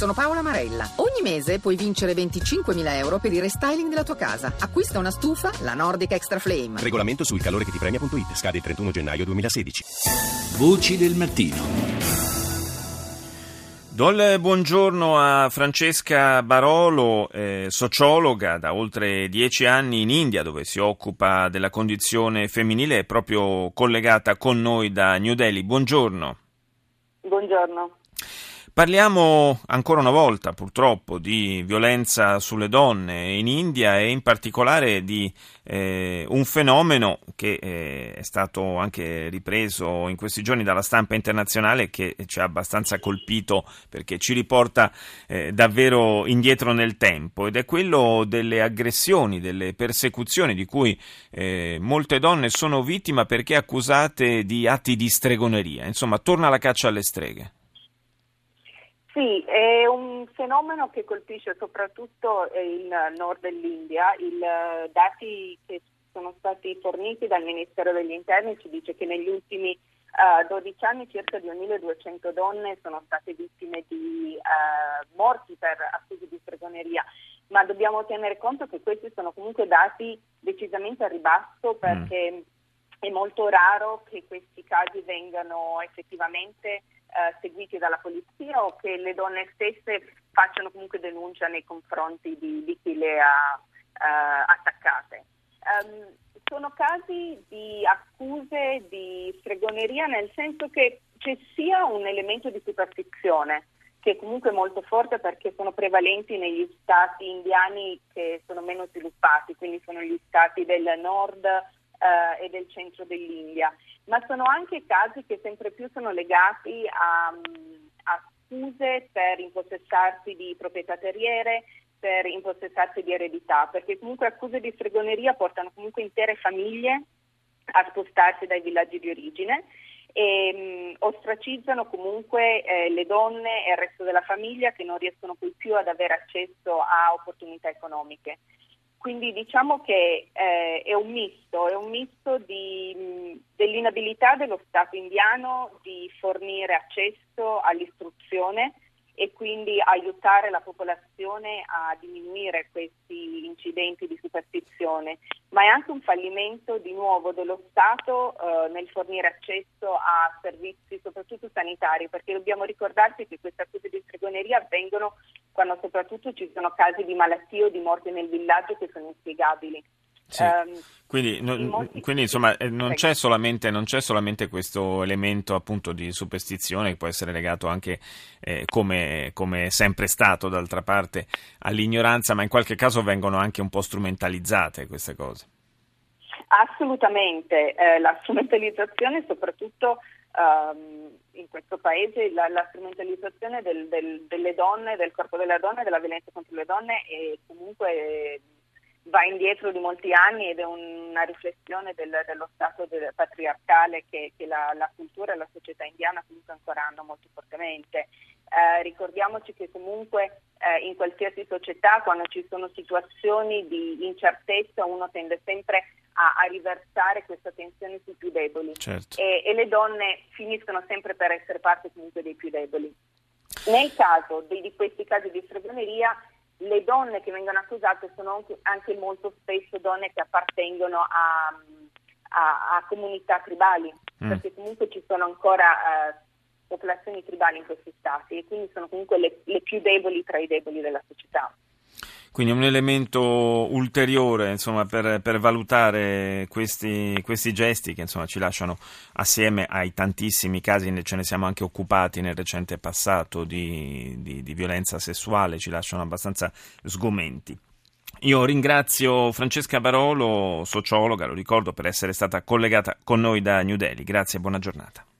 Sono Paola Marella. Ogni mese puoi vincere 25.000 euro per il restyling della tua casa. Acquista una stufa, la Nordic Extra Flame. Regolamento sul calore che ti premia.it. Scade il 31 gennaio 2016. Voci del mattino. Do il buongiorno a Francesca Barolo, sociologa da oltre 10 anni in India, dove si occupa della condizione femminile, è proprio collegata con noi da New Delhi. Buongiorno. Buongiorno. Parliamo ancora una volta, purtroppo, di violenza sulle donne in India e in particolare di un fenomeno che è stato anche ripreso in questi giorni dalla stampa internazionale, che ci ha abbastanza colpito perché ci riporta davvero indietro nel tempo, ed è quello delle aggressioni, delle persecuzioni di cui molte donne sono vittime perché accusate di atti di stregoneria. Insomma, torna la caccia alle streghe. Sì, è un fenomeno che colpisce soprattutto il nord dell'India. I dati che sono stati forniti dal Ministero degli Interni ci dice che negli ultimi 12 anni circa 2.200 donne sono state vittime di morti per accuse di stregoneria, ma dobbiamo tenere conto che questi sono comunque dati decisamente a ribasso, perché è molto raro che questi casi vengano effettivamente seguiti dalla polizia o che le donne stesse facciano comunque denuncia nei confronti di chi le ha attaccate. Sono casi di accuse di stregoneria, nel senso che c'è sia un elemento di superstizione che è comunque molto forte, perché sono prevalenti negli stati indiani che sono meno sviluppati, quindi sono gli stati del nord e del centro dell'India, ma sono anche casi che sempre più sono legati a accuse per impossessarsi di proprietà terriere, per impossessarsi di eredità, perché comunque accuse di stregoneria portano comunque intere famiglie a spostarsi dai villaggi di origine e ostracizzano comunque le donne e il resto della famiglia, che non riescono poi più ad avere accesso a opportunità economiche. Quindi diciamo che è un misto dell'inabilità dello Stato indiano di fornire accesso all'istruzione e quindi aiutare la popolazione a diminuire questi incidenti di superstizione, ma è anche un fallimento di nuovo dello Stato nel fornire accesso a servizi soprattutto sanitari, perché dobbiamo ricordarci che queste accuse di stregoneria avvengono quando soprattutto ci sono casi di malattie o di morte nel villaggio che sono inspiegabili. Sì. Quindi insomma non c'è solamente questo elemento appunto di superstizione, che può essere legato anche come è sempre stato d'altra parte all'ignoranza, ma in qualche caso vengono anche un po' strumentalizzate queste cose. Assolutamente, la strumentalizzazione soprattutto in questo paese, la strumentalizzazione delle donne, del corpo della donna e della violenza contro le donne è comunque va indietro di molti anni ed è una riflessione dello stato patriarcale che la cultura e la società indiana comunque ancora hanno molto fortemente. Ricordiamoci che comunque in qualsiasi società, quando ci sono situazioni di incertezza, uno tende sempre a riversare questa tensione sui più deboli. Certo. E le donne finiscono sempre per essere parte comunque dei più deboli. Nel caso di questi casi di stregoneria, le donne che vengono accusate sono anche molto spesso donne che appartengono a comunità tribali, perché comunque ci sono ancora popolazioni tribali in questi stati e quindi sono comunque le più deboli tra i deboli della società. Quindi un elemento ulteriore, insomma, per valutare questi gesti che insomma ci lasciano, assieme ai tantissimi casi, ce ne siamo anche occupati nel recente passato di violenza sessuale, ci lasciano abbastanza sgomenti. Io ringrazio Francesca Barolo, sociologa, lo ricordo, per essere stata collegata con noi da New Delhi. Grazie e buona giornata.